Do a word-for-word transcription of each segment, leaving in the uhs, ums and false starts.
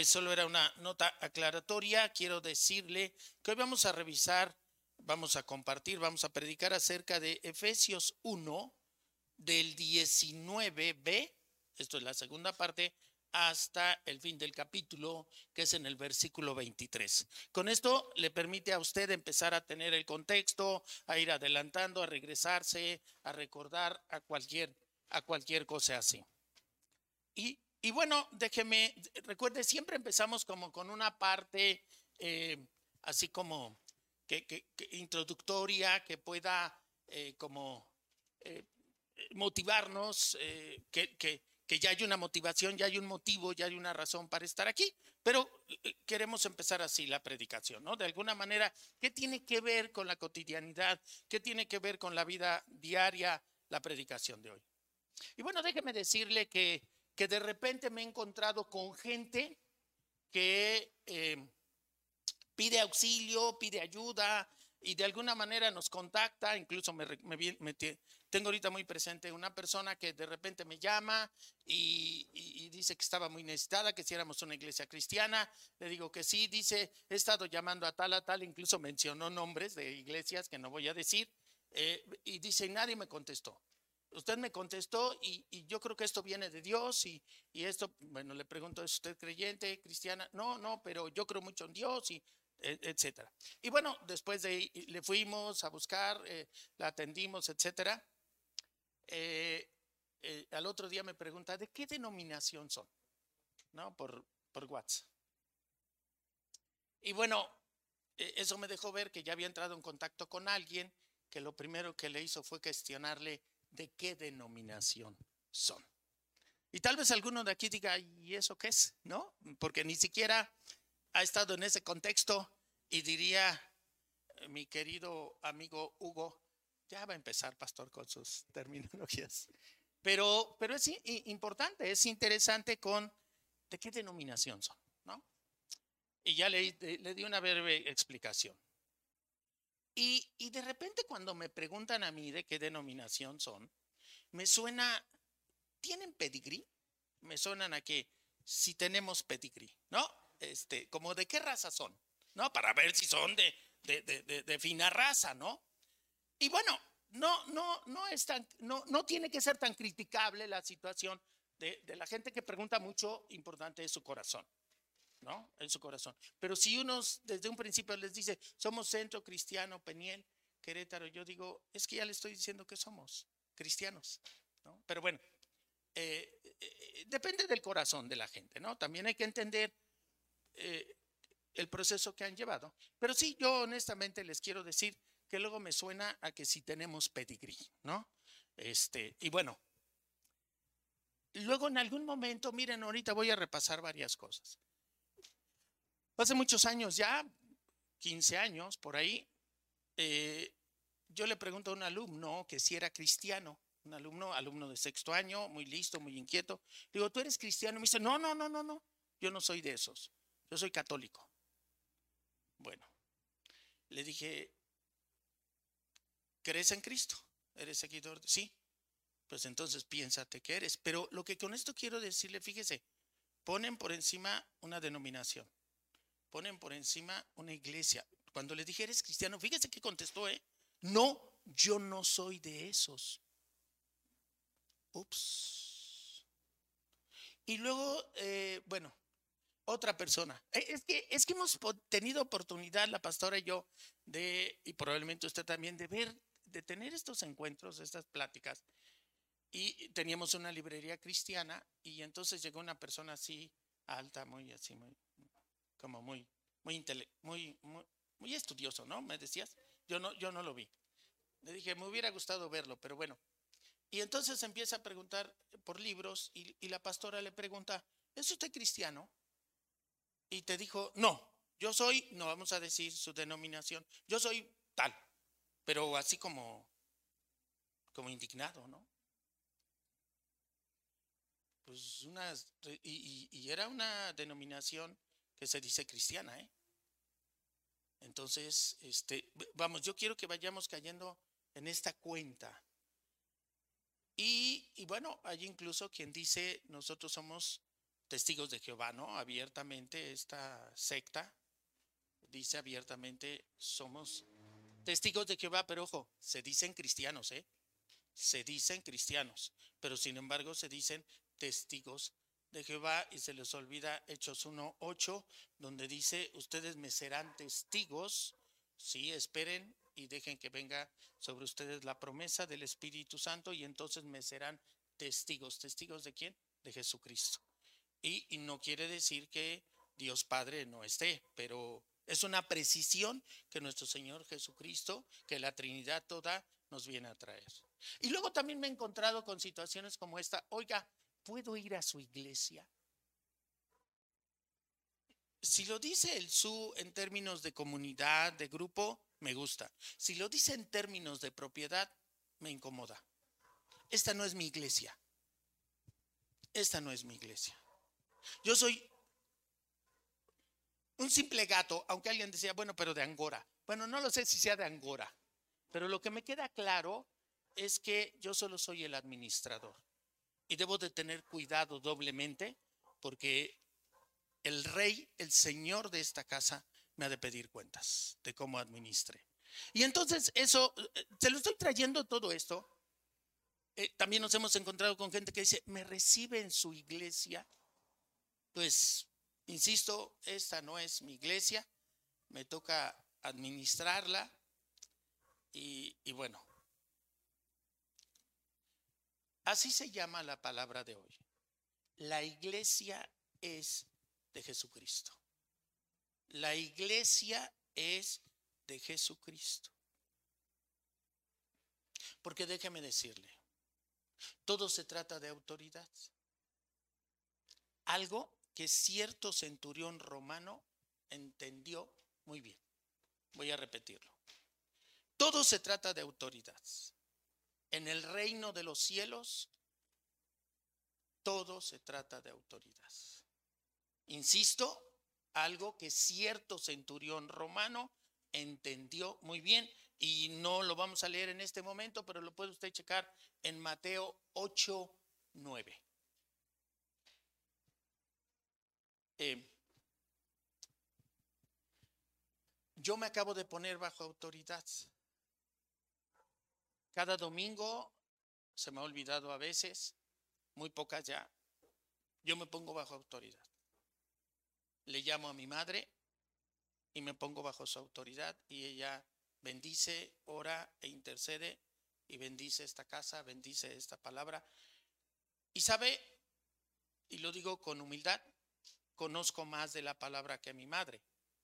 solo era una nota aclaratoria. Quiero decirle que hoy vamos a revisar, vamos a compartir, vamos a predicar acerca de Efesios uno, del diecinueve b, esto es la segunda parte, hasta el fin del capítulo, que es en el versículo veintitrés. Con esto le permite a usted empezar a tener el contexto, a ir adelantando, a regresarse, a recordar a cualquier, a cualquier cosa así. Y, y bueno, déjeme, recuerde, siempre empezamos como con una parte eh, así como que, que, que introductoria, que pueda eh, como eh, motivarnos, eh, que, que, que ya hay una motivación, ya hay un motivo, ya hay una razón para estar aquí, pero queremos empezar así la predicación, ¿no? De alguna manera, ¿qué tiene que ver con la cotidianidad? ¿Qué tiene que ver con la vida diaria la predicación de hoy? Y bueno, déjeme decirle que, que de repente me he encontrado con gente que eh, pide auxilio, pide ayuda y de alguna manera nos contacta. Incluso me, me, me tengo ahorita muy presente una persona que de repente me llama y, y, y dice que estaba muy necesitada, que si éramos una iglesia cristiana. Le digo que sí. Dice, he estado llamando a tal, a tal, incluso mencionó nombres de iglesias que no voy a decir, eh, y dice, nadie me contestó. Usted me contestó y, y yo creo que esto viene de Dios y, y esto, bueno, le pregunto, ¿es usted creyente, cristiana? No, no, pero yo creo mucho en Dios y etcétera. Y bueno, después de le fuimos a buscar, eh, la atendimos, etcétera. Eh, eh, al otro día me pregunta, ¿de qué denominación son? ¿No? Por, por WhatsApp. Y bueno, eh, eso me dejó ver que ya había entrado en contacto con alguien que lo primero que le hizo fue cuestionarle de qué denominación son. Y tal vez alguno de aquí diga, ¿y eso qué es? ¿No? Porque ni siquiera ha estado en ese contexto y diría, mi querido amigo Hugo, ya va a empezar, pastor, con sus terminologías. Pero, pero es importante, es interesante con de qué denominación son, ¿no? Y ya le, le di una breve explicación. Y, y de repente cuando me preguntan a mí de qué denominación son, me suena, ¿tienen pedigrí? Me suenan a que si tenemos pedigrí, ¿no? Este, como de qué raza son, ¿no? Para ver si son de, de, de, de, de fina raza, ¿no? Y bueno, no, no, no, es tan, no, no tiene que ser tan criticable la situación de, de la gente que pregunta mucho, importante es su corazón, ¿no? En su corazón. Pero si uno desde un principio les dice, somos Centro Cristiano Peniel, Querétaro, yo digo, es que ya le estoy diciendo que somos cristianos, ¿no? Pero bueno, eh, eh, depende del corazón de la gente, ¿no? También hay que entender eh, el proceso que han llevado. Pero sí, yo honestamente les quiero decir que luego me suena a que si tenemos pedigrí, ¿no? Este, y bueno, luego en algún momento, miren, ahorita voy a repasar varias cosas. Hace muchos años ya, quince años por ahí, eh, yo le pregunto a un alumno que si era cristiano, un alumno, alumno de sexto año, muy listo, muy inquieto. Digo, ¿tú eres cristiano? Me dice, no, no, no, no, no, yo no soy de esos, yo soy católico. Bueno, le dije, ¿crees en Cristo? ¿Eres seguidor? De... Sí. Pues entonces piénsate que eres. Pero lo que con esto quiero decirle, fíjese, ponen por encima una denominación, ponen por encima una iglesia. Cuando le dije, ¿eres cristiano? Fíjese que contestó, ¿eh? No, yo no soy de esos. Ups. Y luego, eh, bueno, otra persona. Es que, es que hemos tenido oportunidad, la pastora y yo, de, y probablemente usted también, de ver, de tener estos encuentros, estas pláticas. Y teníamos una librería cristiana y entonces llegó una persona así, alta, muy así, muy, como muy, muy, intele muy, muy, muy estudioso, ¿no? Me decías. Yo no, yo no lo vi. Le dije, me hubiera gustado verlo, pero bueno. Y entonces empieza a preguntar por libros y, y la pastora le pregunta, ¿es usted cristiano? Y te dijo, no, yo soy, no vamos a decir su denominación, yo soy tal, pero así como, como indignado, ¿no? Pues una, y, y, y era una denominación que se dice cristiana, ¿eh? Entonces, este, vamos, yo quiero que vayamos cayendo en esta cuenta. Y, y bueno, hay incluso quien dice, nosotros somos Testigos de Jehová, ¿no? Abiertamente esta secta dice abiertamente somos testigos de Jehová, pero ojo, se dicen cristianos, ¿eh? Se dicen cristianos, pero sin embargo se dicen testigos de Jehová y se les olvida Hechos uno ocho, donde dice, ustedes me serán testigos, sí, esperen y dejen que venga sobre ustedes la promesa del Espíritu Santo y entonces me serán testigos. ¿Testigos de quién? De Jesucristo. Y, y no quiere decir que Dios Padre no esté, pero es una precisión que nuestro Señor Jesucristo, que la Trinidad toda nos viene a traer. Y luego también me he encontrado con situaciones como esta. Oiga, ¿puedo ir a su iglesia? Si lo dice el S U en términos de comunidad, de grupo, me gusta. Si lo dice en términos de propiedad, me incomoda. Esta no es mi iglesia. Esta no es mi iglesia. Yo soy un simple gato, aunque alguien decía, bueno, pero de Angora. Bueno, no lo sé si sea de Angora, pero lo que me queda claro es que yo solo soy el administrador y debo de tener cuidado doblemente porque el rey, el señor de esta casa, me ha de pedir cuentas de cómo administre. Y entonces eso, se lo estoy trayendo todo esto. Eh, también nos hemos encontrado con gente que dice, ¿me recibe en su iglesia? Pues, insisto, esta no es mi iglesia, me toca administrarla y, y bueno, así se llama la palabra de hoy. La iglesia es de Jesucristo. La iglesia es de Jesucristo. Porque déjeme decirle, todo se trata de autoridad. Algo que cierto centurión romano entendió muy bien. Voy a repetirlo. Todo se trata de autoridad. En el reino de los cielos, todo se trata de autoridad. Insisto, algo que cierto centurión romano entendió muy bien y no lo vamos a leer en este momento, pero lo puede usted checar en Mateo ocho nueve. Eh, yo me acabo de poner bajo autoridad. Cada domingo, se me ha olvidado a veces, muy pocas ya, yo me pongo bajo autoridad. Le llamo a mi madre y me pongo bajo su autoridad y ella bendice, ora e intercede y bendice esta casa, bendice esta palabra. Y sabe, y lo digo con humildad, conozco más de la palabra que mi madre,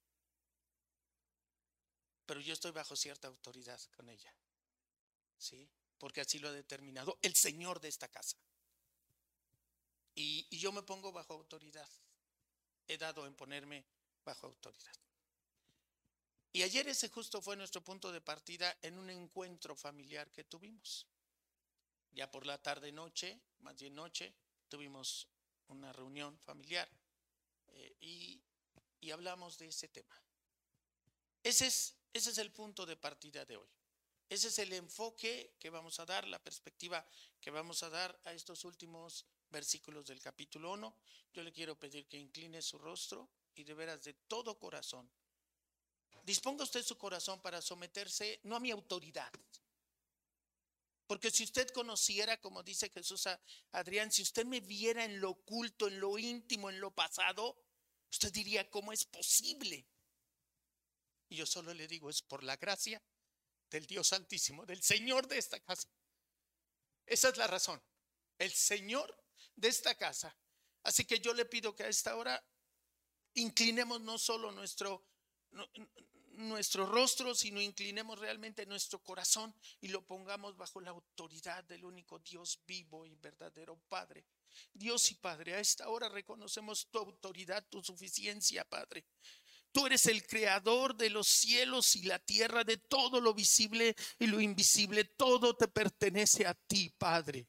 pero yo estoy bajo cierta autoridad con ella, ¿sí? Porque así lo ha determinado el Señor de esta casa. Y, y yo me pongo bajo autoridad. He dado en ponerme bajo autoridad. Y ayer ese justo fue nuestro punto de partida en un encuentro familiar que tuvimos. Ya por la tarde noche, más bien noche, tuvimos una reunión familiar eh, y, y hablamos de ese tema. Ese es, ese es el punto de partida de hoy. Ese es el enfoque que vamos a dar, la perspectiva que vamos a dar a estos últimos versículos del capítulo uno. Yo le quiero pedir que incline su rostro y de veras de todo corazón disponga usted su corazón para someterse no a mi autoridad, porque si usted conociera, como dice Jesús a Adrián, si usted me viera en lo oculto, en lo íntimo, en lo pasado, usted diría, ¿cómo es posible? Y yo solo le digo, es por la gracia del Dios Altísimo, del Señor de esta casa. Esa es la razón, el Señor de esta casa. Así que yo le pido que a esta hora inclinemos no solo nuestro, no, nuestro rostro, sino inclinemos realmente nuestro corazón y lo pongamos bajo la autoridad del único Dios vivo y verdadero Padre. Dios y Padre, a esta hora reconocemos tu autoridad, tu suficiencia, Padre. Tú eres el creador de los cielos y la tierra, de todo lo visible y lo invisible. Todo te pertenece a ti, Padre.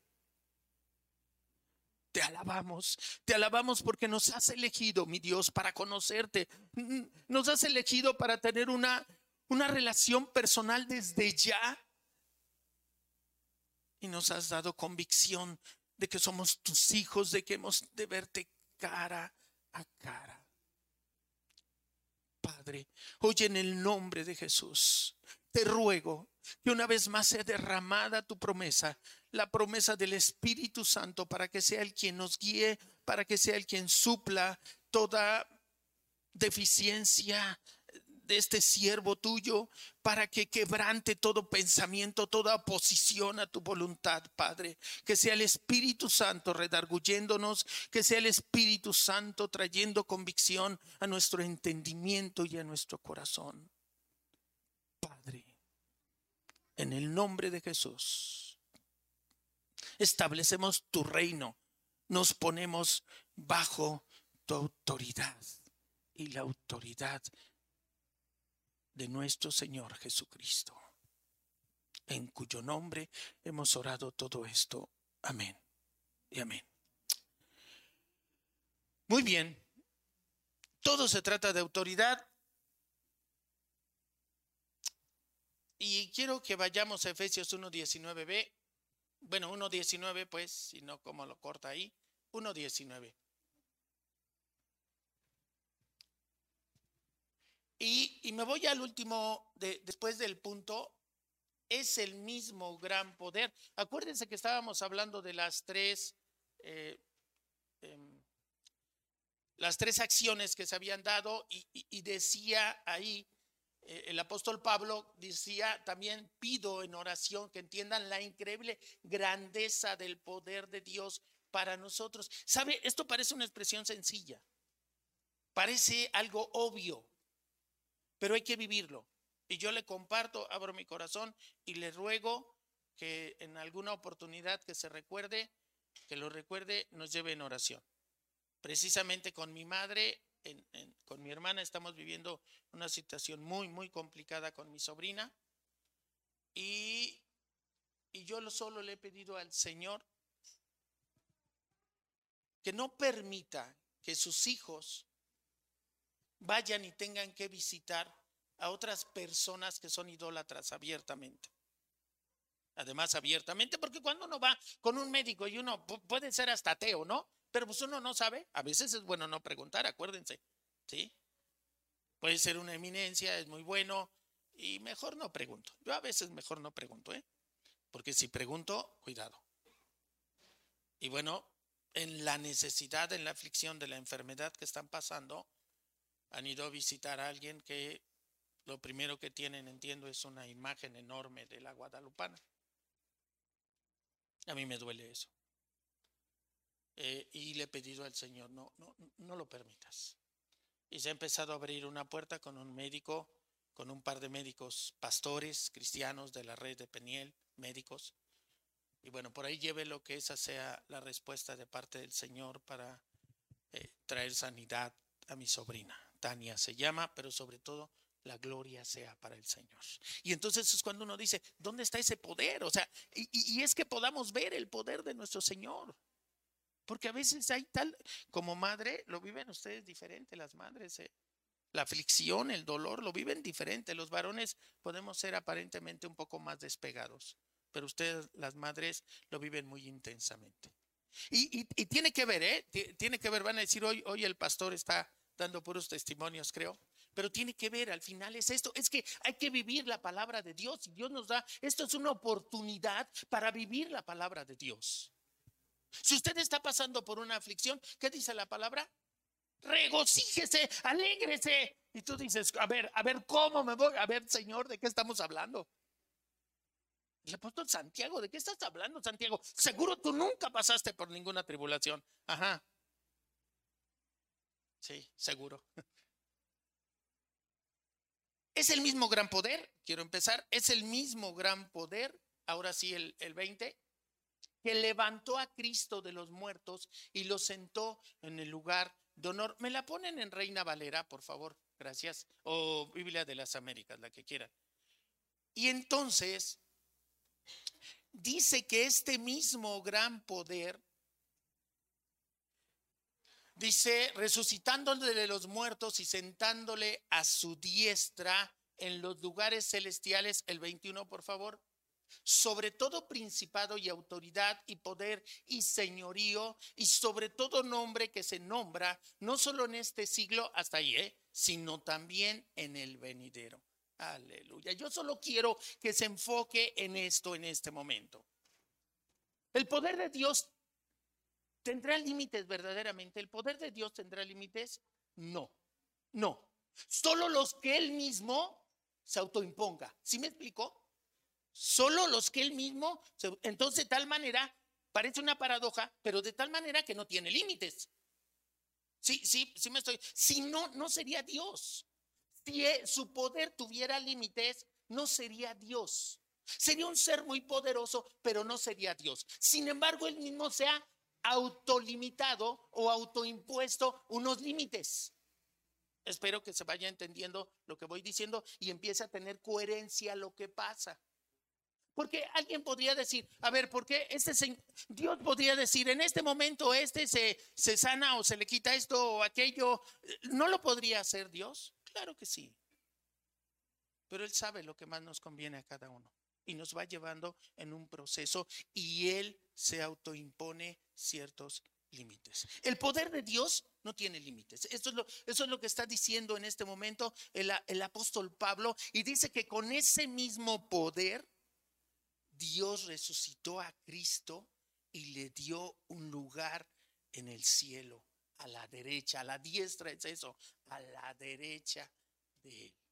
Te alabamos, te alabamos porque nos has elegido, mi Dios, para conocerte. Nos has elegido para tener una, una relación personal desde ya. Y nos has dado convicción de que somos tus hijos, de que hemos de verte cara a cara. Padre, hoy en el nombre de Jesús, te ruego que una vez más sea derramada tu promesa, la promesa del Espíritu Santo, para que sea el quien nos guíe, para que sea el quien supla toda deficiencia de este siervo tuyo, para que quebrante todo pensamiento, toda oposición a tu voluntad, Padre. Que sea el Espíritu Santo redarguyéndonos, que sea el Espíritu Santo trayendo convicción a nuestro entendimiento y a nuestro corazón. Padre, en el nombre de Jesús, establecemos tu reino, nos ponemos bajo tu autoridad y la autoridad de nuestro Señor Jesucristo, en cuyo nombre hemos orado todo esto. Amén y amén. Muy bien, todo se trata de autoridad y quiero que vayamos a Efesios uno diecinueve b. Bueno, uno diecinueve, pues, si no, ¿cómo lo corta ahí? uno diecinueve. Y, y me voy al último, de, después del punto, es el mismo gran poder. Acuérdense que estábamos hablando de las tres, eh, eh, las tres acciones que se habían dado y, y, y decía ahí, eh, el apóstol Pablo decía, también pido en oración que entiendan la increíble grandeza del poder de Dios para nosotros. ¿Sabe? Esto parece una expresión sencilla, parece algo obvio, pero hay que vivirlo. Y yo le comparto, abro mi corazón y le ruego que en alguna oportunidad que se recuerde, que lo recuerde, nos lleve en oración. Precisamente con mi madre, en, en, con mi hermana, estamos viviendo una situación muy, muy complicada con mi sobrina. Y, y yo solo le he pedido al Señor que no permita que sus hijos vayan y tengan que visitar a otras personas que son idólatras abiertamente. Además, abiertamente, porque cuando uno va con un médico y uno puede ser hasta ateo, ¿no? Pero pues uno no sabe, a veces es bueno no preguntar, acuérdense, ¿sí? Puede ser una eminencia, es muy bueno y mejor no pregunto. Yo a veces mejor no pregunto, ¿eh? Porque si pregunto, cuidado. Y bueno, en la necesidad, en la aflicción de la enfermedad que están pasando, han ido a visitar a alguien que lo primero que tienen, entiendo, es una imagen enorme de la Guadalupana. A mí me duele eso. Eh, y le he pedido al Señor, no, no, no lo permitas. Y se ha empezado a abrir una puerta con un médico, con un par de médicos pastores cristianos de la red de Peniel, médicos. Y bueno, por ahí lleve lo que esa sea la respuesta de parte del Señor para eh, traer sanidad a mi sobrina. Tania se llama, pero sobre todo la gloria sea para el Señor. Y entonces es cuando uno dice, ¿dónde está ese poder? O sea, y, y es que podamos ver el poder de nuestro Señor. Porque a veces hay tal, como madre, lo viven ustedes diferente, las madres, ¿eh? La aflicción, el dolor, lo viven diferente. Los varones podemos ser aparentemente un poco más despegados, pero ustedes, las madres, lo viven muy intensamente. Y, y, y tiene que ver, ¿eh? Tiene que ver, van a decir, hoy, hoy el pastor está dando puros testimonios, creo. Pero tiene que ver, al final es esto, es que hay que vivir la palabra de Dios. Y Dios nos da, esto es una oportunidad para vivir la palabra de Dios. Si usted está pasando por una aflicción, ¿qué dice la palabra? Regocíjese, alégrese. Y tú dices, a ver, a ver, ¿cómo me voy? A ver, Señor, ¿de qué estamos hablando? El apóstol Santiago, ¿de qué estás hablando, Santiago? Seguro tú nunca pasaste por ninguna tribulación. Ajá. Sí, seguro. Es el mismo gran poder, quiero empezar, es el mismo gran poder, ahora sí el, el veinte, que levantó a Cristo de los muertos y lo sentó en el lugar de honor. Me la ponen en Reina Valera, por favor, gracias, o Biblia de las Américas, la que quieran. Y entonces dice que este mismo gran poder, dice, resucitándole de los muertos y sentándole a su diestra en los lugares celestiales, el veintiuno, por favor, sobre todo principado y autoridad y poder y señorío y sobre todo nombre que se nombra, no solo en este siglo, hasta ahí, ¿eh? Sino también en el venidero. Aleluya. Yo solo quiero que se enfoque en esto en este momento. El poder de Dios tendrá límites verdaderamente. ¿El poder de Dios tendrá límites? No, no. Solo los que Él mismo se autoimponga. ¿Sí me explicó? Solo los que Él mismo, se, entonces de tal manera, parece una paradoja, pero de tal manera que no tiene límites. Sí, sí, sí me estoy. Si no, no sería Dios. Si su poder tuviera límites, no sería Dios. Sería un ser muy poderoso, pero no sería Dios. Sin embargo, Él mismo se ha autolimitado o autoimpuesto unos límites. Espero que se vaya entendiendo lo que voy diciendo y empiece a tener coherencia lo que pasa. Porque alguien podría decir, a ver, ¿por qué este señor, Dios podría decir, en este momento este se, se sana o se le quita esto o aquello? ¿No lo podría hacer Dios? Claro que sí. Pero Él sabe lo que más nos conviene a cada uno y nos va llevando en un proceso y Él se autoimpone ciertos límites. El poder de Dios no tiene límites. Esto es lo, eso es lo que está diciendo en este momento el, el apóstol Pablo, y dice que con ese mismo poder Dios resucitó a Cristo y le dio un lugar en el cielo, a la derecha, a la diestra es eso, a la derecha de Él.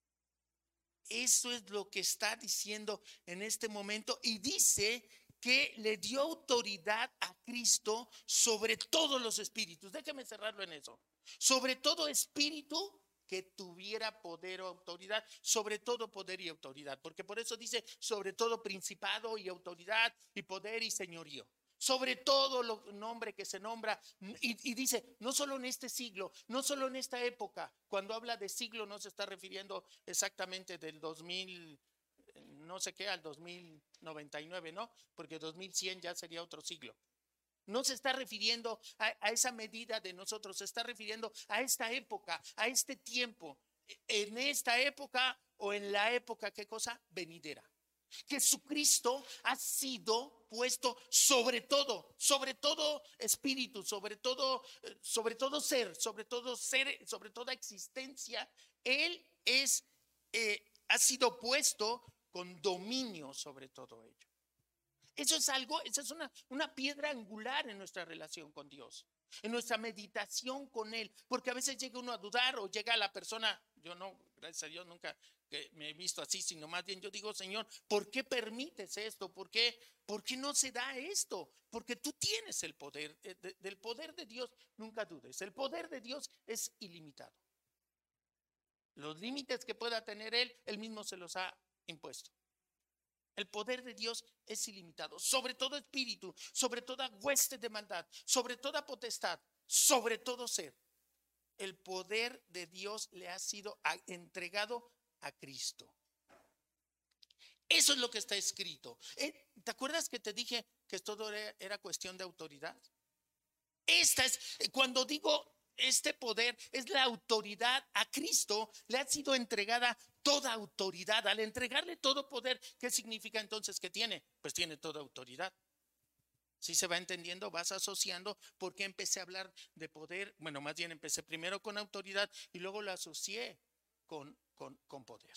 Eso es lo que está diciendo en este momento, y dice que le dio autoridad a Cristo sobre todos los espíritus. Déjeme cerrarlo en eso. Sobre todo espíritu que tuviera poder o autoridad, sobre todo poder y autoridad, porque por eso dice sobre todo principado y autoridad y poder y señorío. Sobre todo lo, nombre que se nombra, y, y dice, no solo en este siglo, no solo en esta época. Cuando habla de siglo no se está refiriendo exactamente del dos mil, no sé qué, al dos mil noventa y nueve, ¿no? Porque dos mil cien ya sería otro siglo. No se está refiriendo a, a esa medida de nosotros, se está refiriendo a esta época, a este tiempo, en esta época o en la época, ¿qué cosa? Venidera. Jesucristo ha sido puesto sobre todo, sobre todo espíritu, sobre todo, sobre todo ser, sobre todo ser, sobre toda existencia. Él es, eh, ha sido puesto con dominio sobre todo ello. Eso es algo, esa es una, una piedra angular en nuestra relación con Dios, en nuestra meditación con Él, porque a veces llega uno a dudar o llega la persona, yo no, gracias a Dios nunca que me he visto así, sino más bien yo digo, Señor, ¿por qué permites esto? ¿Por qué, por qué no se da esto? Porque tú tienes el poder, de, del poder de Dios, nunca dudes, el poder de Dios es ilimitado. Los límites que pueda tener Él, Él mismo se los ha impuesto. El poder de Dios es ilimitado, sobre todo espíritu, sobre toda hueste de maldad, sobre toda potestad, sobre todo ser. El poder de Dios le ha sido entregado a Cristo. Eso es lo que está escrito. ¿Te acuerdas que te dije que todo era cuestión de autoridad? Esta es, cuando digo este poder, es la autoridad a Cristo, le ha sido entregada toda autoridad. Al entregarle todo poder, ¿qué significa entonces que tiene? Pues tiene toda autoridad. ¿Sí se va entendiendo? Vas asociando. ¿Por qué empecé a hablar de poder? Bueno, más bien empecé primero con autoridad y luego lo asocié con, con, con poder.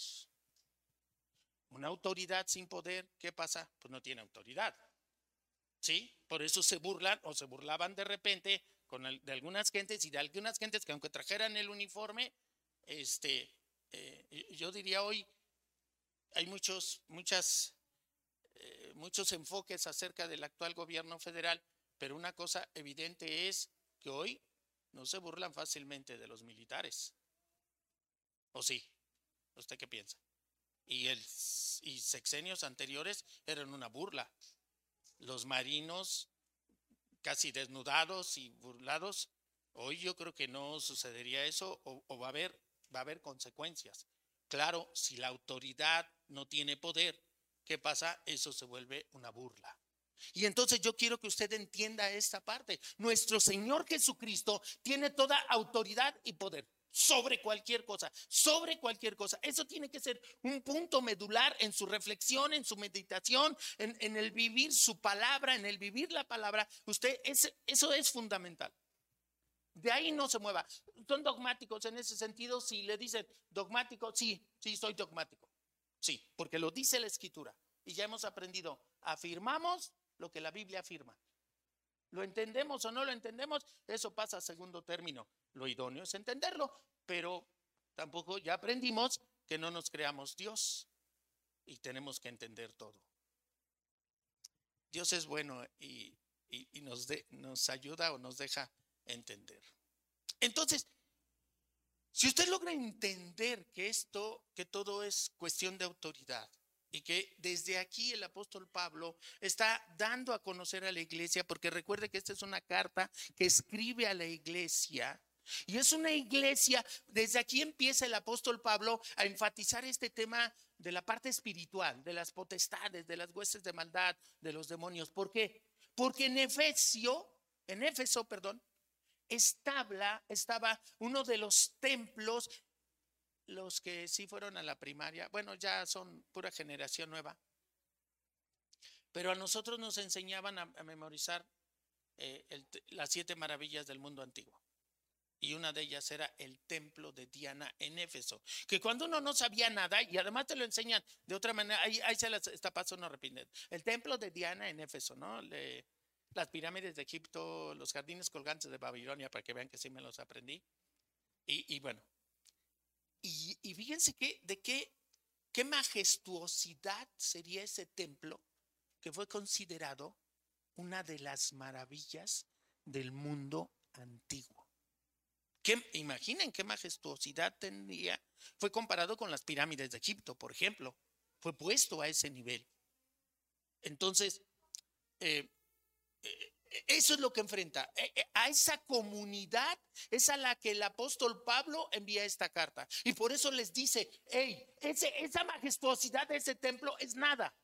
Una autoridad sin poder, ¿qué pasa? Pues no tiene autoridad. ¿Sí? Por eso se burlan o se burlaban de repente con el, de algunas gentes y de algunas gentes que aunque trajeran el uniforme, este, eh, yo diría hoy hay muchos, muchas, eh, muchos enfoques acerca del actual gobierno federal, pero una cosa evidente es que hoy no se burlan fácilmente de los militares. ¿O sí? ¿Usted qué piensa? Y, el, y sexenios anteriores eran una burla. Los marinos casi desnudados y burlados. Hoy yo creo que no sucedería eso, o, o va a haber, va a haber consecuencias. Claro, si la autoridad no tiene poder, ¿qué pasa? Eso se vuelve una burla. Y entonces yo quiero que usted entienda esta parte. Nuestro Señor Jesucristo tiene toda autoridad y poder sobre cualquier cosa, sobre cualquier cosa. Eso tiene que ser un punto medular en su reflexión, en su meditación, en, en el vivir su palabra, en el vivir la palabra. Usted, es, eso es fundamental. De ahí no se mueva. Son dogmáticos en ese sentido. Si le dicen dogmático, sí, sí, soy dogmático. Sí, porque lo dice la Escritura. Y ya hemos aprendido, afirmamos lo que la Biblia afirma. Lo entendemos o no lo entendemos, eso pasa a segundo término. Lo idóneo es entenderlo, pero tampoco ya aprendimos que no nos creamos Dios y tenemos que entender todo. Dios es bueno y, y, y nos, de, nos ayuda o nos deja entender. Entonces, si usted logra entender que esto, que todo es cuestión de autoridad y que desde aquí el apóstol Pablo está dando a conocer a la iglesia, porque recuerde que esta es una carta que escribe a la iglesia y es una iglesia, desde aquí empieza el apóstol Pablo a enfatizar este tema de la parte espiritual, de las potestades, de las huestes de maldad, de los demonios. ¿Por qué? Porque en Efesio, en Éfeso, perdón, Estaba, estaba uno de los templos, los que sí fueron a la primaria, bueno, ya son pura generación nueva, pero a nosotros nos enseñaban a, a memorizar eh, el, las siete maravillas del mundo antiguo. Y una de ellas era el templo de Diana en Éfeso, que cuando uno no sabía nada, y además te lo enseñan de otra manera, ahí, ahí se las está pasando repitiendo, el templo de Diana en Éfeso, ¿no? Le, las pirámides de Egipto, los jardines colgantes de Babilonia, para que vean que sí me los aprendí. Y, y bueno, y, y fíjense que, de qué, qué majestuosidad sería ese templo que fue considerado una de las maravillas del mundo antiguo. ¿Qué, imaginen qué majestuosidad tendría. Fue comparado con las pirámides de Egipto, por ejemplo. Fue puesto a ese nivel. Entonces, eh, eso es lo que enfrenta. A esa comunidad es a la que el apóstol Pablo envía esta carta. Y por eso les dice, hey, ese, esa majestuosidad de ese templo es nada.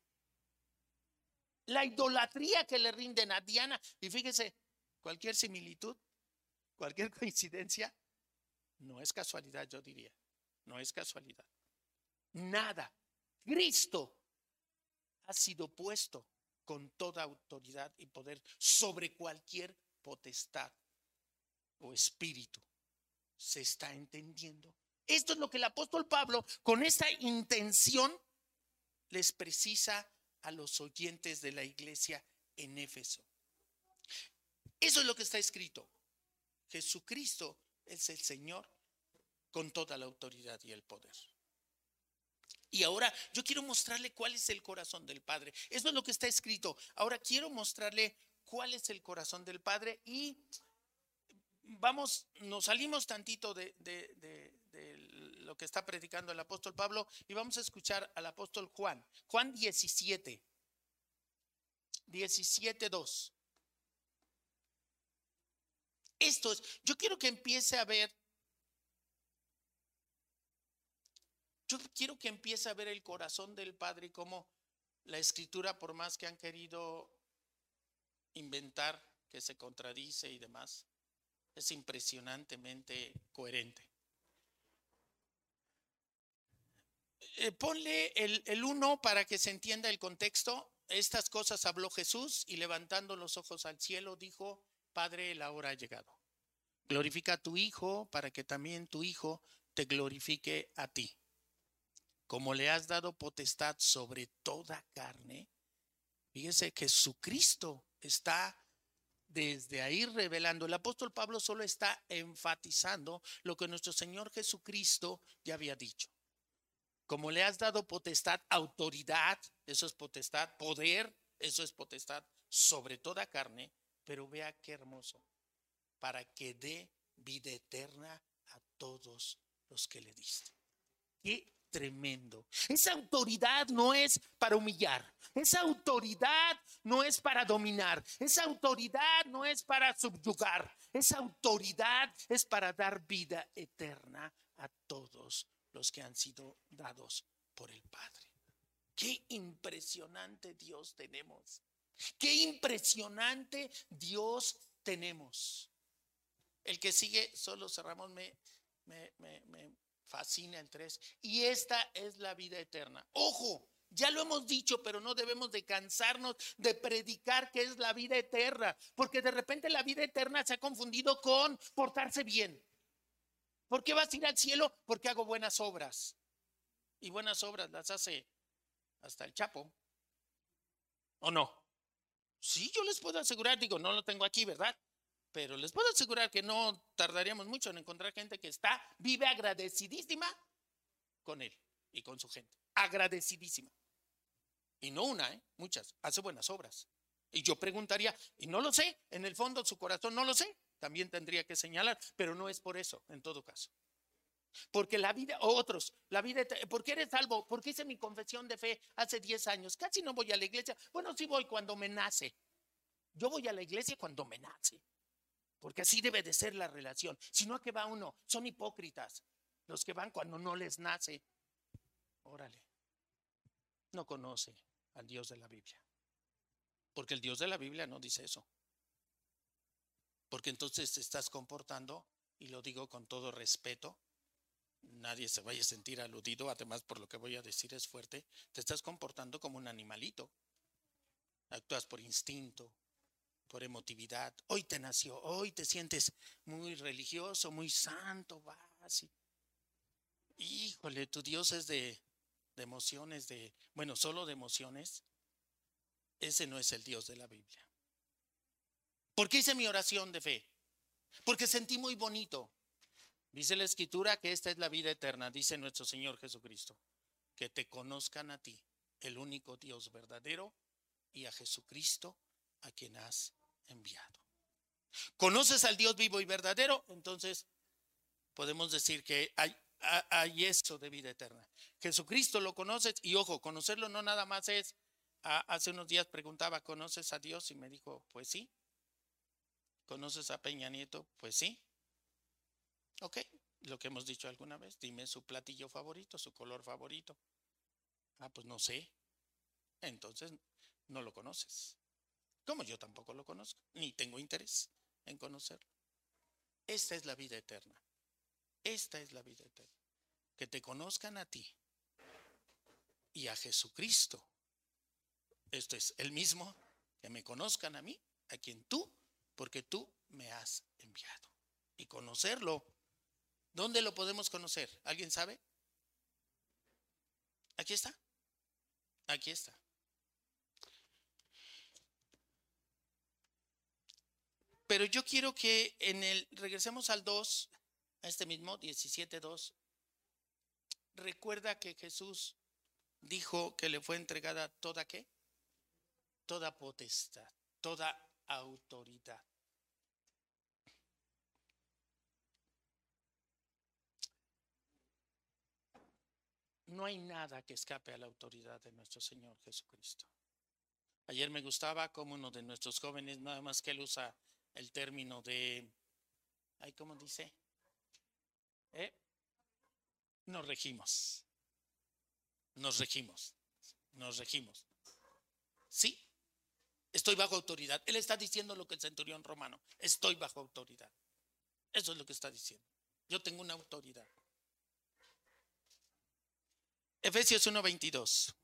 La idolatría que le rinden a Diana. Y fíjese, cualquier similitud, cualquier coincidencia, no es casualidad, yo diría. No es casualidad. Nada. Cristo ha sido puesto con toda autoridad y poder sobre cualquier potestad o espíritu. ¿Se está entendiendo? Esto es lo que el apóstol Pablo, con esta intención, les precisa a los oyentes de la iglesia en Éfeso. Eso es lo que está escrito. Jesucristo es el Señor con toda la autoridad y el poder. Y ahora yo quiero mostrarle cuál es el corazón del Padre. Eso es lo que está escrito. Ahora quiero mostrarle cuál es el corazón del Padre y vamos, nos salimos tantito de, de, de, de lo que está predicando el apóstol Pablo y vamos a escuchar al apóstol Juan. Juan diecisiete, diecisiete dos. Esto es, yo quiero que empiece a ver Yo quiero que empiece a ver el corazón del Padre y cómo la Escritura, por más que han querido inventar que se contradice y demás, es impresionantemente coherente. Eh, ponle el, el uno para que se entienda el contexto. Estas cosas habló Jesús y levantando los ojos al cielo dijo, Padre, la hora ha llegado. Glorifica a tu Hijo para que también tu Hijo te glorifique a ti. Como le has dado potestad sobre toda carne, fíjese que Jesucristo está desde ahí revelando. El apóstol Pablo solo está enfatizando lo que nuestro Señor Jesucristo ya había dicho. Como le has dado potestad, autoridad, eso es potestad, poder, eso es potestad sobre toda carne, pero vea qué hermoso, para que dé vida eterna a todos los que le diste. Qué tremendo. Esa autoridad no es para humillar. Esa autoridad no es para dominar. Esa autoridad no es para subyugar. Esa autoridad es para dar vida eterna a todos los que han sido dados por el Padre. Qué impresionante Dios tenemos. Qué impresionante Dios tenemos. El que sigue, solo cerramos, me me, me, me fascina el tres. Y esta es la vida eterna. Ojo, ya lo hemos dicho, pero no debemos de cansarnos de predicar que es la vida eterna, porque de repente la vida eterna se ha confundido con portarse bien. ¿Por qué vas a ir al cielo? Porque hago buenas obras. Y buenas obras las hace hasta el Chapo. ¿O no? Sí, yo les puedo asegurar, digo, no lo tengo aquí, ¿verdad? Pero les puedo asegurar que no tardaríamos mucho en encontrar gente que está, vive agradecidísima con él y con su gente. Agradecidísima. Y no una, ¿eh? Muchas. Hace buenas obras. Y yo preguntaría, y no lo sé, en el fondo de su corazón no lo sé. También tendría que señalar, pero no es por eso, en todo caso. Porque la vida, o otros, la vida, ¿por qué eres salvo? Porque hice mi confesión de fe hace diez años. Casi no voy a la iglesia. Bueno, sí voy cuando me nace. Yo voy a la iglesia cuando me nace. Porque así debe de ser la relación. Si no, ¿a qué va uno? Son hipócritas los que van cuando no les nace. Órale. No conoce al Dios de la Biblia. Porque el Dios de la Biblia no dice eso. Porque entonces te estás comportando, y lo digo con todo respeto, nadie se vaya a sentir aludido, además por lo que voy a decir es fuerte, te estás comportando como un animalito. Actúas por instinto, por emotividad. Hoy te nació, hoy te sientes muy religioso, muy santo, vas y, híjole, tu Dios es de, de emociones, de, bueno, solo de emociones. Ese no es el Dios de la Biblia. ¿Por qué hice mi oración de fe? Porque sentí muy bonito. Dice la Escritura que esta es la vida eterna, dice nuestro Señor Jesucristo, que te conozcan a ti, el único Dios verdadero, y a Jesucristo, a quien has enviado. ¿Conoces al Dios vivo y verdadero? Entonces podemos decir que hay, hay eso de vida eterna. Jesucristo lo conoces, y ojo, conocerlo no nada más es, hace unos días preguntaba, ¿conoces a Dios? Y me dijo, pues sí. ¿Conoces a Peña Nieto? Pues sí. Ok, lo que hemos dicho alguna vez, dime su platillo favorito, su color favorito. Ah, pues no sé. Entonces no lo conoces. Como yo tampoco lo conozco, ni tengo interés en conocerlo. Esta es la vida eterna. Esta es la vida eterna. Que te conozcan a ti y a Jesucristo. Esto es el mismo, que me conozcan a mí, a quien tú, porque tú me has enviado. Y conocerlo, ¿dónde lo podemos conocer? ¿Alguien sabe? Aquí está. Aquí está. Pero yo quiero que en el, regresemos al dos, a este mismo, diecisiete dos. Recuerda que Jesús dijo que le fue entregada toda, ¿qué? Toda potestad, toda autoridad. No hay nada que escape a la autoridad de nuestro Señor Jesucristo. Ayer me gustaba como uno de nuestros jóvenes, nada más que él usa el término de, ay, ¿cómo dice? ¿Eh? Nos regimos. Nos regimos. Nos regimos. Sí, estoy bajo autoridad. Él está diciendo lo que el centurión romano. Estoy bajo autoridad. Eso es lo que está diciendo. Yo tengo una autoridad. Efesios uno veintidós.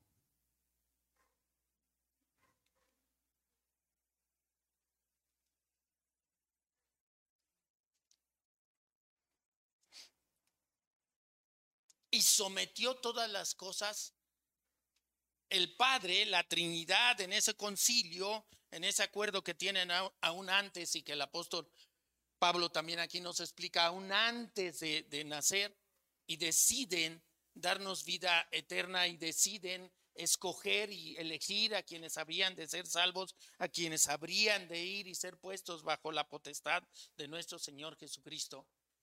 Y sometió todas las cosas, el Padre, la Trinidad, en ese concilio, en ese acuerdo que tienen aún antes, y que el apóstol Pablo también aquí nos explica, aún antes de, de nacer, y deciden darnos vida eterna, y deciden escoger y elegir a quienes habrían de ser salvos, a quienes habrían de ir y ser puestos bajo la potestad de nuestro Señor Jesucristo.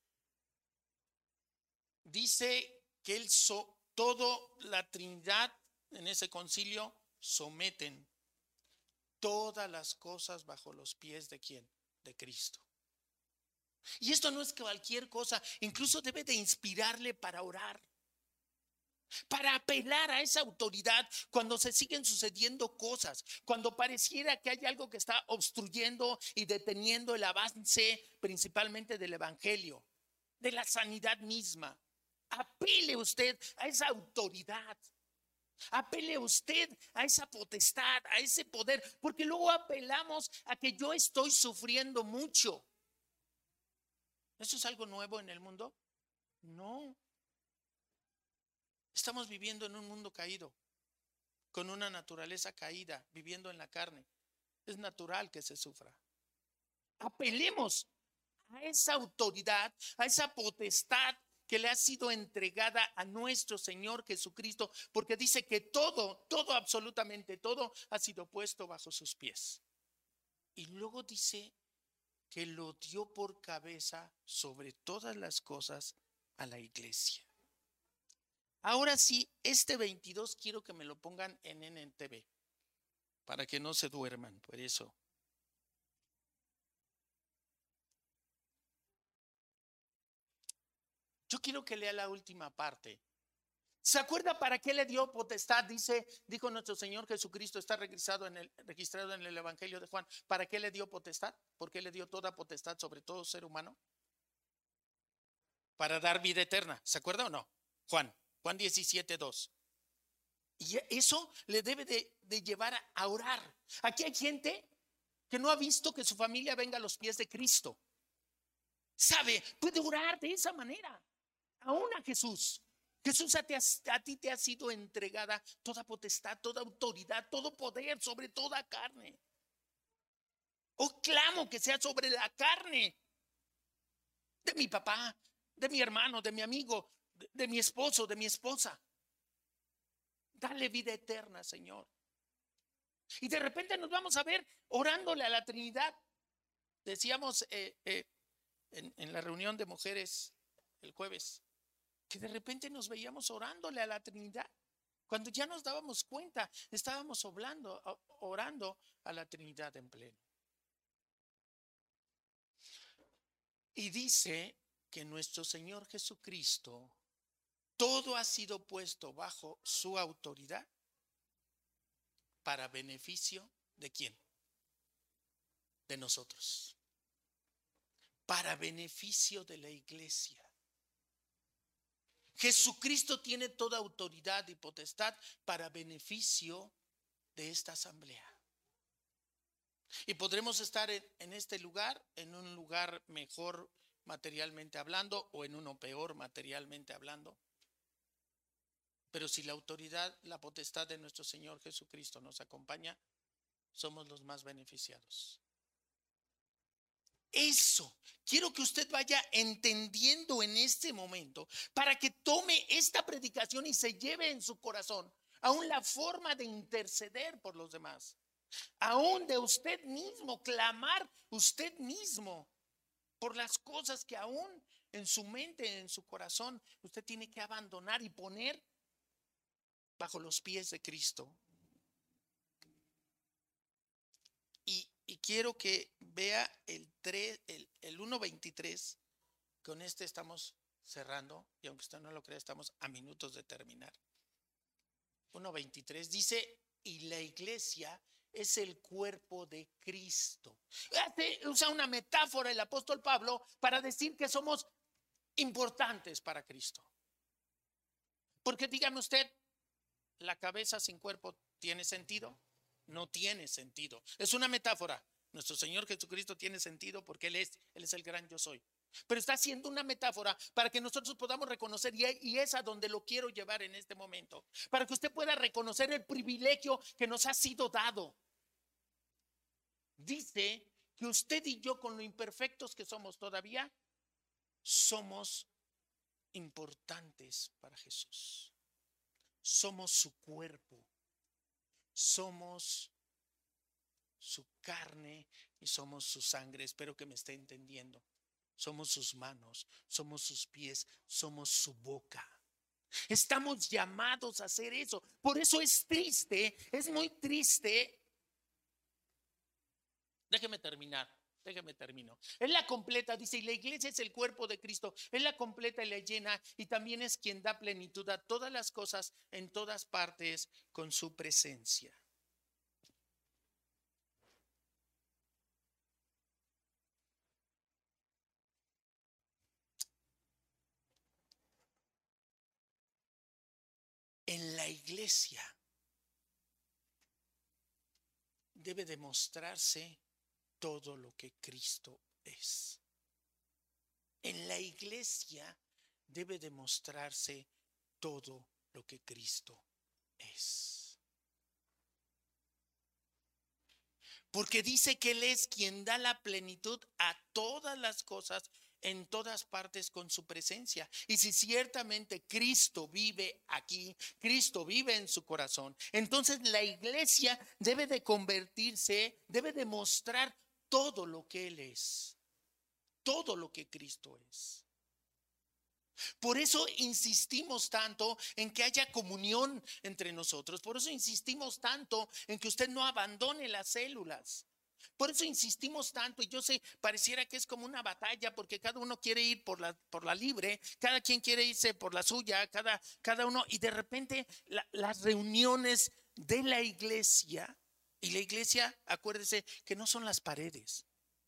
Dice que él so, todo la Trinidad en ese concilio someten todas las cosas bajo los pies de ¿quién? De Cristo. Y esto no es cualquier cosa, incluso debe de inspirarle para orar, para apelar a esa autoridad cuando se siguen sucediendo cosas, cuando pareciera que hay algo que está obstruyendo y deteniendo el avance principalmente del evangelio. de la sanidad misma. Apele usted a esa autoridad. Apele usted a esa potestad, a ese poder, porque luego apelamos a que yo estoy sufriendo mucho. ¿Eso es algo nuevo en el mundo? No. Estamos viviendo en un mundo caído, con una naturaleza caída, viviendo en la carne. Es natural que se sufra. Apelemos a esa autoridad, a esa potestad que le ha sido entregada a nuestro Señor Jesucristo, porque dice que todo, todo, absolutamente todo ha sido puesto bajo sus pies. Y luego dice que lo dio por cabeza sobre todas las cosas a la iglesia. Ahora sí, este veintidós quiero que me lo pongan en N N T V, para que no se duerman, por eso. Yo quiero que lea la última parte. ¿Se acuerda para qué le dio potestad? Dice, dijo nuestro Señor Jesucristo, está registrado en el, registrado en el Evangelio de Juan. ¿Para qué le dio potestad? ¿Por qué le dio toda potestad sobre todo ser humano? Para dar vida eterna. ¿Se acuerda o no? Juan, Juan diecisiete, dos. Y eso le debe de, de llevar a, a orar. Aquí hay gente que no ha visto que su familia venga a los pies de Cristo. ¿Sabe? Puede orar de esa manera. Aún a Jesús. Jesús, a ti, a ti te ha sido entregada toda potestad, toda autoridad, todo poder sobre toda carne. Oh, clamo que sea sobre la carne de mi papá, de mi hermano, de mi amigo, de, de mi esposo, de mi esposa. Dale vida eterna, Señor. Y de repente nos vamos a ver orándole a la Trinidad. Decíamos eh, eh, en, en la reunión de mujeres el jueves, que de repente nos veíamos orándole a la Trinidad. Cuando ya nos dábamos cuenta, estábamos oblando, orando a la Trinidad en pleno. Y dice que nuestro Señor Jesucristo, todo ha sido puesto bajo su autoridad para beneficio de quién? De nosotros. Para beneficio de la iglesia. Jesucristo tiene toda autoridad y potestad para beneficio de esta asamblea. Y podremos estar en, en este lugar, en un lugar mejor materialmente hablando o en uno peor materialmente hablando. Pero si la autoridad, la potestad de nuestro Señor Jesucristo nos acompaña, somos los más beneficiados. Eso quiero que usted vaya entendiendo en este momento para que tome esta predicación y se lleve en su corazón aún la forma de interceder por los demás, aún de usted mismo, clamar usted mismo por las cosas que aún en su mente, en su corazón, usted tiene que abandonar y poner bajo los pies de Cristo. Y, y quiero que vea el, tres, el, el uno veintitrés. Con este estamos cerrando. Y aunque usted no lo crea, estamos a minutos de terminar. uno veintitrés dice, y la iglesia es el cuerpo de Cristo. Hace, usa una metáfora el apóstol Pablo para decir que somos importantes para Cristo. Porque dígame usted, ¿la cabeza sin cuerpo tiene sentido? No tiene sentido. Es una metáfora. Nuestro Señor Jesucristo tiene sentido porque Él es, Él es el gran yo soy. Pero está haciendo una metáfora para que nosotros podamos reconocer, y, y es a donde lo quiero llevar en este momento, para que usted pueda reconocer el privilegio que nos ha sido dado. Dice que usted y yo, con lo imperfectos que somos todavía, somos importantes para Jesús. Somos su cuerpo. Somos su carne y somos su sangre. Espero que me esté entendiendo. Somos sus manos, somos sus pies, somos su boca. Estamos llamados a hacer eso. Por eso es triste, es muy triste. Déjeme terminar, déjeme termino. Él la completa, dice, y la iglesia es el cuerpo de Cristo. Él la completa y la llena, y también es quien da plenitud a todas las cosas en todas partes con su presencia. la iglesia debe demostrarse todo lo que Cristo es. En la iglesia debe demostrarse todo lo que Cristo es. Porque dice que Él es quien da la plenitud a todas las cosas en todas partes con su presencia. Y si ciertamente Cristo vive aquí, Cristo vive en su corazón, entonces la iglesia debe de convertirse, debe de mostrar todo lo que Él es, todo lo que Cristo es. Por eso insistimos tanto en que haya comunión entre nosotros. Por eso insistimos tanto en que usted no abandone las células. Por eso insistimos tanto, y yo sé, pareciera que es como una batalla, porque cada uno quiere ir por la, por la libre, cada quien quiere irse por la suya, cada, cada uno, y de repente la, las reuniones de la iglesia, y la iglesia, acuérdese que no son las paredes.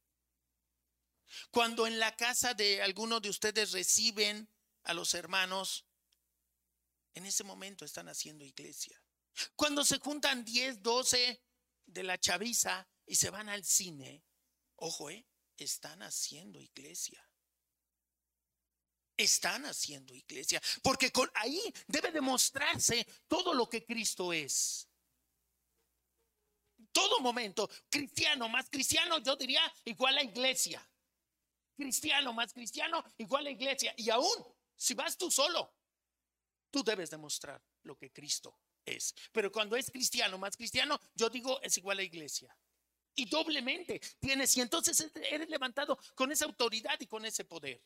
Cuando en la casa de alguno de ustedes reciben a los hermanos, en ese momento están haciendo iglesia. Cuando se juntan diez, doce de la chaviza y se van al cine, ojo, eh, están haciendo iglesia. Están haciendo iglesia, porque con, ahí debe demostrarse todo lo que Cristo es. Todo momento, cristiano más cristiano, yo diría igual a iglesia. Cristiano más cristiano, igual a iglesia. Y aún, si vas tú solo, tú debes demostrar lo que Cristo es. Pero cuando es cristiano más cristiano, yo digo es igual a iglesia. Y doblemente tienes, y entonces eres levantado con esa autoridad y con ese poder.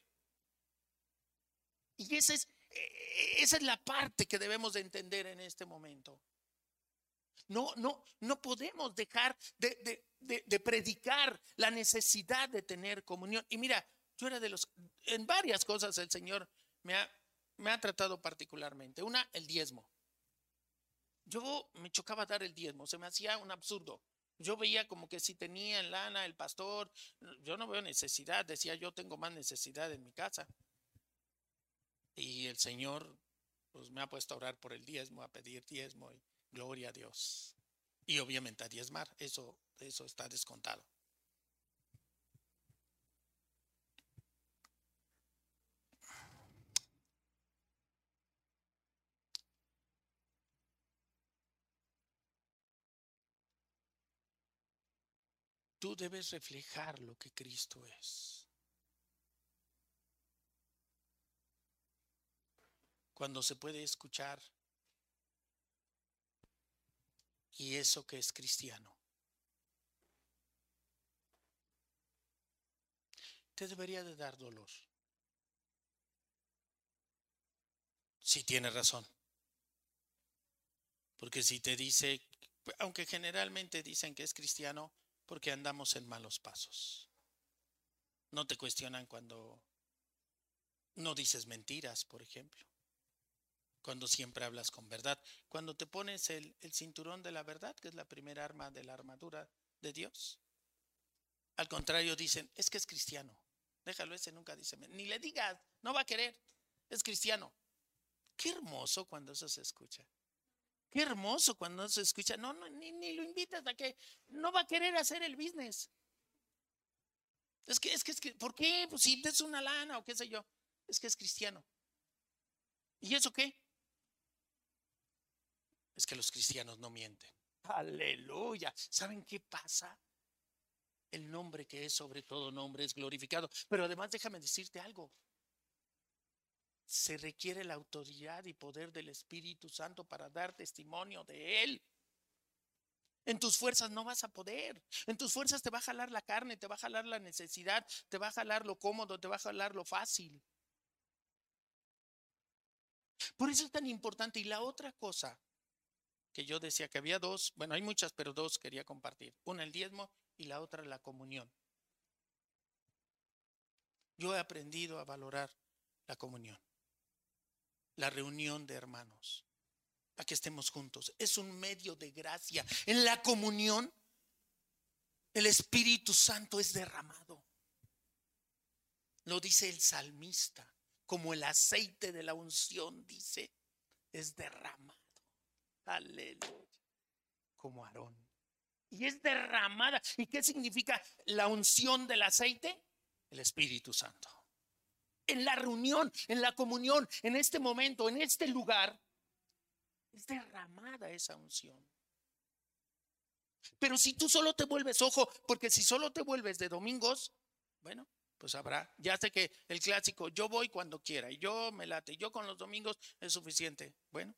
Y esa es, esa es la parte que debemos de entender en este momento. No, no, no podemos dejar de, de, de, de predicar la necesidad de tener comunión. Y mira, yo era de los, en varias cosas el Señor me ha, me ha tratado particularmente. Una, el diezmo. Yo me chocaba dar el diezmo, se me hacía un absurdo. Yo veía como que si tenía en lana el pastor, yo no veo necesidad, decía yo tengo más necesidad en mi casa. Y el Señor pues me ha puesto a orar por el diezmo, a pedir diezmo y gloria a Dios. Y obviamente a diezmar, eso, eso está descontado. Tú debes reflejar lo que Cristo es. Cuando se puede escuchar, y eso que es cristiano, te debería de dar dolor. Si tiene razón. Porque si te dice, aunque generalmente dicen que es cristiano, porque andamos en malos pasos. No te cuestionan cuando no dices mentiras, por ejemplo. Cuando siempre hablas con verdad. Cuando te pones el, el cinturón de la verdad, que es la primera arma de la armadura de Dios. Al contrario, dicen, es que es cristiano. Déjalo, ese nunca dice, ni le digas, no va a querer, es cristiano. Qué hermoso cuando eso se escucha. Qué hermoso cuando eso se escucha. No, no ni, ni lo invitas a que no va a querer hacer el business. Es que, es que, es que, ¿por qué? Pues si es una lana o qué sé yo. Es que es cristiano. ¿Y eso qué? Es que los cristianos no mienten. Aleluya. ¿Saben qué pasa? El nombre que es sobre todo nombre es glorificado. Pero además déjame decirte algo. Se requiere la autoridad y poder del Espíritu Santo para dar testimonio de Él. En tus fuerzas no vas a poder. En tus fuerzas te va a jalar la carne, te va a jalar la necesidad, te va a jalar lo cómodo, te va a jalar lo fácil. Por eso es tan importante. Y la otra cosa que yo decía que había dos, bueno, hay muchas, pero dos quería compartir. Una, el diezmo, y la otra, la comunión. Yo he aprendido a valorar la comunión, la reunión de hermanos, a que estemos juntos. Es un medio de gracia. En la comunión, el Espíritu Santo es derramado. Lo dice el salmista, como el aceite de la unción, dice, es derramado. Aleluya. Como Aarón. Y es derramada. ¿Y qué significa la unción del aceite? El Espíritu Santo. En la reunión, en la comunión, en este momento, en este lugar, es derramada esa unción. Pero si tú solo te vuelves, ojo, porque si solo te vuelves de domingos, bueno, pues habrá. Ya sé que el clásico, yo voy cuando quiera, y yo me late, yo con los domingos es suficiente. Bueno.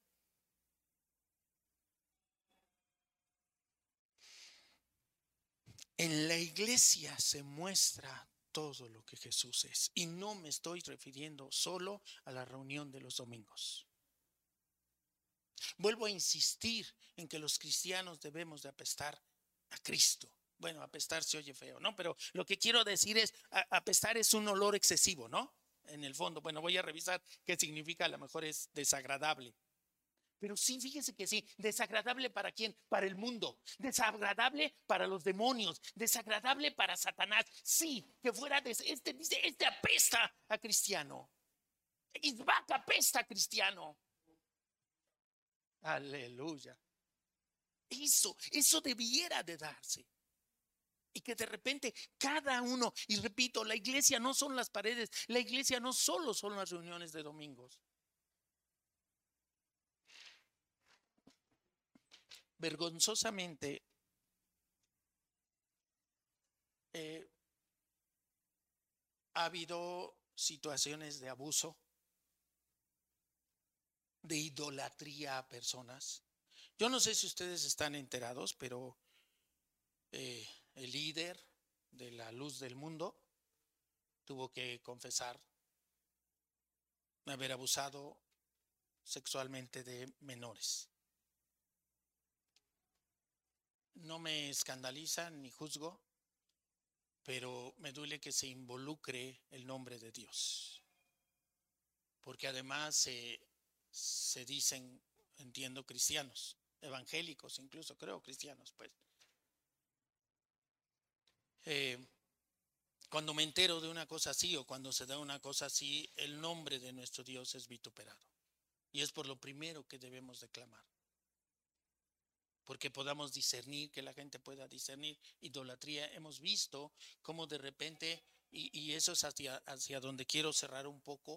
En la iglesia se muestra todo lo que Jesús es. Y no me estoy refiriendo solo a la reunión de los domingos. Vuelvo a insistir en que los cristianos debemos de apestar a Cristo. Bueno, apestar se oye feo, ¿no? Pero lo que quiero decir es, apestar es un olor excesivo, ¿no? En el fondo, bueno, voy a revisar qué significa, a lo mejor es desagradable. Pero sí, fíjese que sí, desagradable para quién, para el mundo, desagradable para los demonios, desagradable para Satanás. Sí, que fuera de este, dice, este apesta a cristiano. Isbac apesta a cristiano. Aleluya. Eso, eso debiera de darse. Y que de repente cada uno, y repito, la iglesia no son las paredes, la iglesia no solo son las reuniones de domingos. Vergonzosamente, eh, ha habido situaciones de abuso, de idolatría a personas. Yo no sé si ustedes están enterados, pero eh, el líder de la Luz del Mundo tuvo que confesar haber abusado sexualmente de menores. No me escandaliza ni juzgo, pero me duele que se involucre el nombre de Dios. Porque además eh, se dicen, entiendo, cristianos, evangélicos, incluso creo cristianos, pues. Eh, cuando me entero de una cosa así o cuando se da una cosa así, el nombre de nuestro Dios es vituperado. Y es por lo primero que debemos declamar. Porque podamos discernir, que la gente pueda discernir idolatría. Hemos visto cómo de repente, y, y eso es hacia, hacia donde quiero cerrar un poco,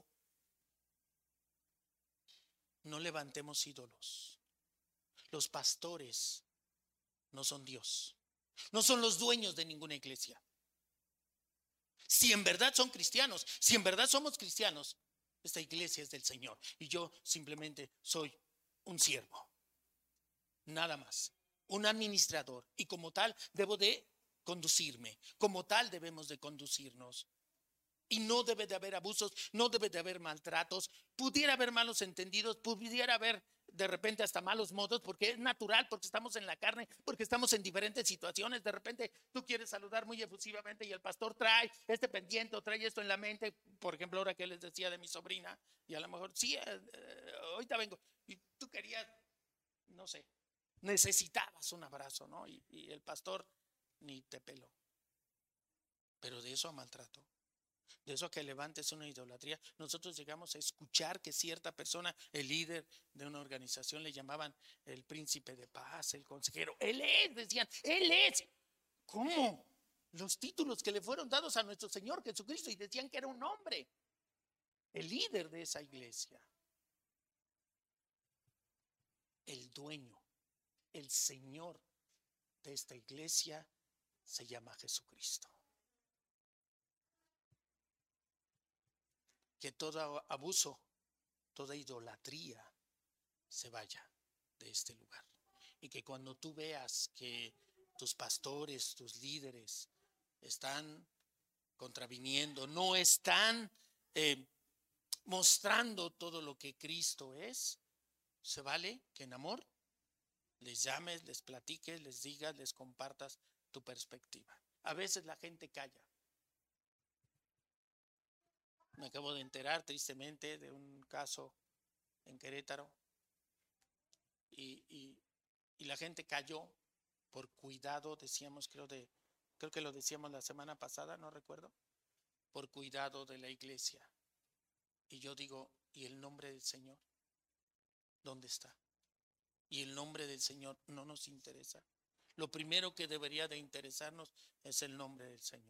no levantemos ídolos. Los pastores no son Dios. No son los dueños de ninguna iglesia. Si en verdad son cristianos, si en verdad somos cristianos, esta iglesia es del Señor y yo simplemente soy un siervo. Nada más, un administrador, y como tal debo de conducirme, como tal debemos de conducirnos. Y no debe de haber abusos, no debe de haber maltratos, pudiera haber malos entendidos, pudiera haber de repente hasta malos modos, porque es natural, porque estamos en la carne, porque estamos en diferentes situaciones. De repente tú quieres saludar muy efusivamente y el pastor trae este pendiente o trae esto en la mente, por ejemplo, ahora que les decía de mi sobrina, y a lo mejor, sí, eh, ahorita vengo, y tú querías, no sé, necesitabas un abrazo, ¿no? Y, y el pastor ni te peló. Pero de eso a maltrato, de eso a que levantes una idolatría, nosotros llegamos a escuchar que cierta persona, el líder de una organización, le llamaban el príncipe de paz, el consejero. Él es, decían, él es. ¿Cómo? Los títulos que le fueron dados a nuestro Señor Jesucristo, y decían que era un hombre, el líder de esa iglesia, el dueño, el Señor de esta iglesia se llama Jesucristo. Que todo abuso, toda idolatría se vaya de este lugar. Y que cuando tú veas que tus pastores, tus líderes están contraviniendo, no están eh, mostrando todo lo que Cristo es, se vale que en amor les llames, les platiques, les digas, les compartas tu perspectiva. A veces la gente calla. Me acabo de enterar tristemente de un caso en Querétaro y, y, y la gente cayó por cuidado, decíamos, creo, de, creo que lo decíamos la semana pasada, no recuerdo, por cuidado de la iglesia. Y yo digo, ¿y el nombre del Señor? ¿Dónde está? y el nombre del Señor no nos interesa. Lo primero que debería de interesarnos es el nombre del Señor.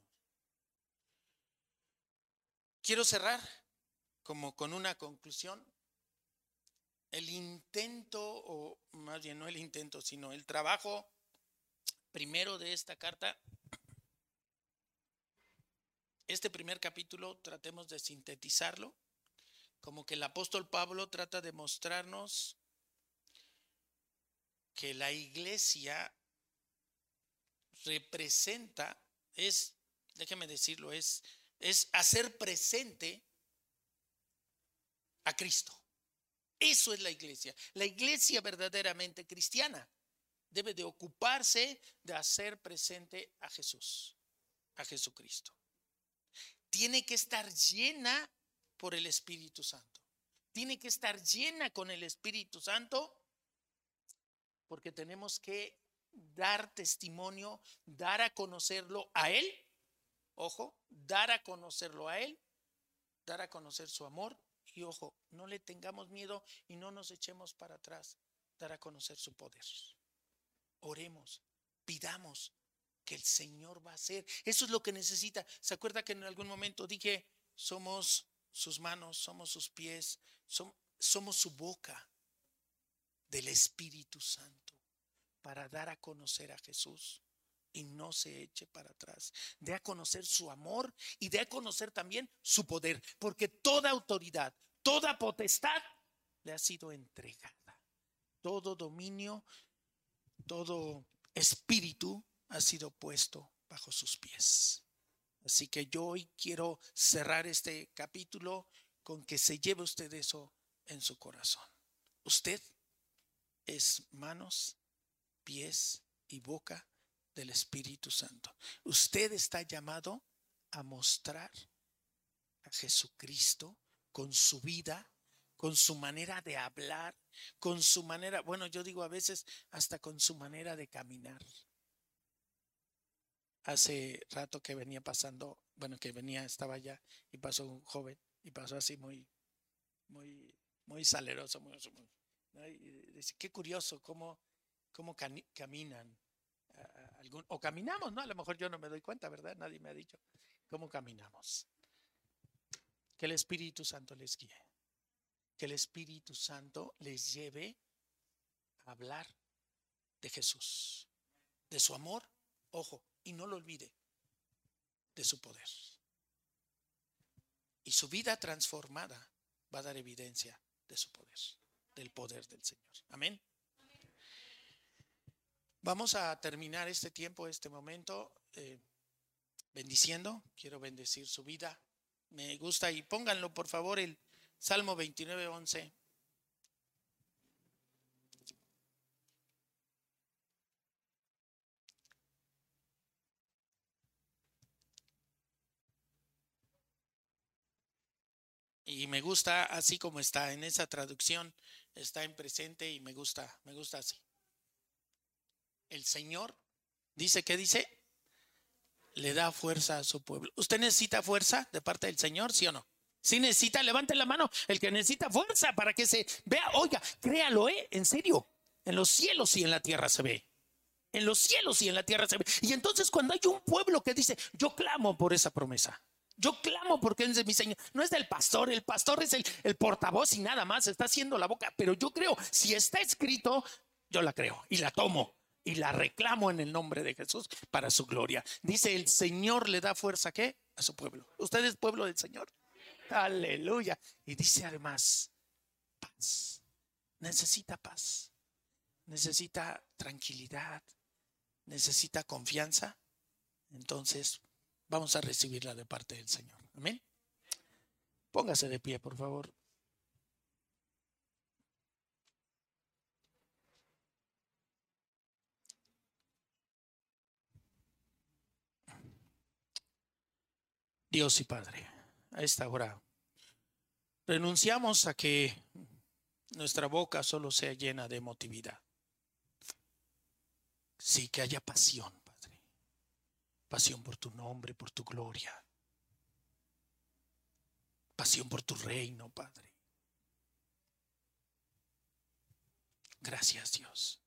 Quiero cerrar como con una conclusión. El intento, o más bien no el intento, sino el trabajo primero de esta carta, este primer capítulo, tratemos de sintetizarlo, como que el apóstol Pablo trata de mostrarnos que la iglesia representa, es, déjeme decirlo, es, es hacer presente a Cristo. Eso es la iglesia. La iglesia verdaderamente cristiana debe de ocuparse de hacer presente a Jesús, a Jesucristo. Tiene que estar llena por el Espíritu Santo. Tiene que estar llena con el Espíritu Santo, porque tenemos que dar testimonio, dar a conocerlo a Él. Ojo, dar a conocerlo a Él, dar a conocer su amor. Y ojo, no le tengamos miedo y no nos echemos para atrás, dar a conocer su poder. Oremos, pidamos que el Señor va a hacer. Eso es lo que necesita. ¿Se acuerda que en algún momento dije, somos sus manos, somos sus pies, somos, somos su boca del Espíritu Santo para dar a conocer a Jesús? Y no se eche para atrás. De a conocer su amor y de a conocer también su poder, porque toda autoridad, toda potestad le ha sido entregada. Todo dominio, todo espíritu ha sido puesto bajo sus pies. Así que yo hoy quiero cerrar este capítulo con que se lleve usted eso en su corazón. Usted es manos, pies y boca del Espíritu Santo. Usted está llamado a mostrar a Jesucristo con su vida, con su manera de hablar, con su manera, bueno, yo digo a veces hasta con su manera de caminar. Hace rato que venía pasando, bueno, que venía, estaba allá y pasó un joven y pasó así muy, muy, muy saleroso, muy, muy, ¿no? Y dice, qué curioso cómo, cómo can, caminan. Algún, o caminamos, ¿no? A lo mejor yo no me doy cuenta, ¿verdad? Nadie me ha dicho cómo caminamos. Que el Espíritu Santo les guíe. Que el Espíritu Santo les lleve a hablar de Jesús, de su amor, ojo, y no lo olvide, de su poder. Y su vida transformada va a dar evidencia de su poder, del poder del Señor. Amén. Vamos a terminar este tiempo, este momento, eh, bendiciendo. Quiero bendecir su vida. Me gusta, y pónganlo por favor, el Salmo veintinueve, once. Y me gusta así como está en esa traducción, está en presente y me gusta, me gusta así. El Señor dice, ¿qué dice? Le da fuerza a su pueblo. ¿Usted necesita fuerza de parte del Señor, sí o no? Si necesita, levante la mano el que necesita fuerza para que se vea. Oiga, créalo, ¿eh? En serio, en los cielos y en la tierra se ve. En los cielos y en la tierra se ve. Y entonces cuando hay un pueblo que dice, yo clamo por esa promesa, yo clamo porque es de mi Señor, no es del pastor, el pastor es el, el portavoz y nada más, está haciendo la boca, pero yo creo, si está escrito, yo la creo y la tomo y la reclamo en el nombre de Jesús para su gloria. Dice, el Señor le da fuerza, ¿qué? A su pueblo. ¿Usted es pueblo del Señor? Aleluya. Y dice además, paz. Necesita paz, necesita tranquilidad, necesita confianza. Entonces vamos a recibirla de parte del Señor. Amén. Póngase de pie, por favor. Dios y Padre, a esta hora renunciamos a que nuestra boca solo sea llena de emotividad. Sí, que haya pasión, Padre. Pasión por tu nombre, por tu gloria. Pasión por tu reino, Padre. Gracias, Dios.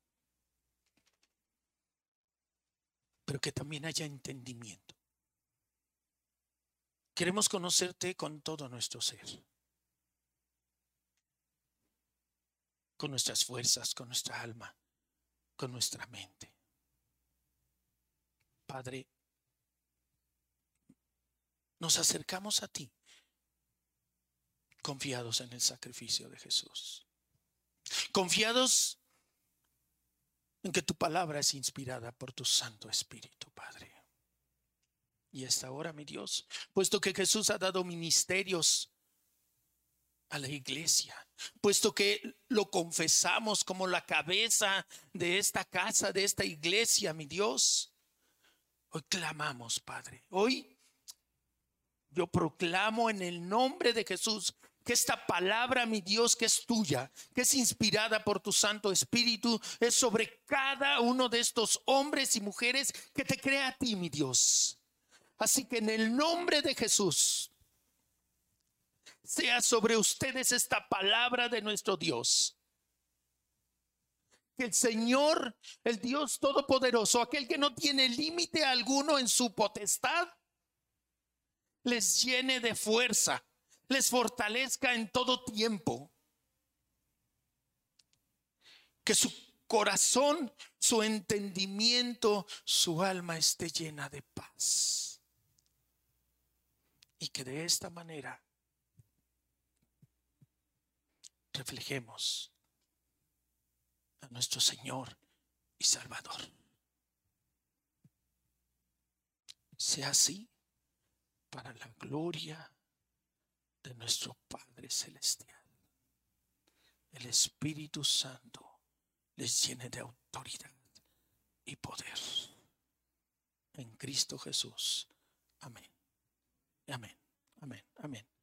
Pero que también haya entendimiento. Queremos conocerte con todo nuestro ser, con nuestras fuerzas, con nuestra alma, con nuestra mente. Padre, nos acercamos a ti, confiados en el sacrificio de Jesús, confiados en que tu palabra es inspirada por tu Santo Espíritu, Padre. Y esta hora, mi Dios, puesto que Jesús ha dado ministerios a la iglesia, puesto que lo confesamos como la cabeza de esta casa, de esta iglesia, mi Dios, hoy clamamos, Padre. Hoy yo proclamo en el nombre de Jesús que esta palabra, mi Dios, que es tuya, que es inspirada por tu Santo Espíritu, es sobre cada uno de estos hombres y mujeres que te crea a ti, mi Dios. Así que en el nombre de Jesús, sea sobre ustedes esta palabra de nuestro Dios. Que el Señor, el Dios Todopoderoso, aquel que no tiene límite alguno en su potestad, les llene de fuerza, les fortalezca en todo tiempo. Que su corazón, su entendimiento, su alma esté llena de paz. Y que de esta manera reflejemos a nuestro Señor y Salvador. Sea así para la gloria de nuestro Padre Celestial. El Espíritu Santo les llene de autoridad y poder. En Cristo Jesús. Amén. Amén. Amén. Amén.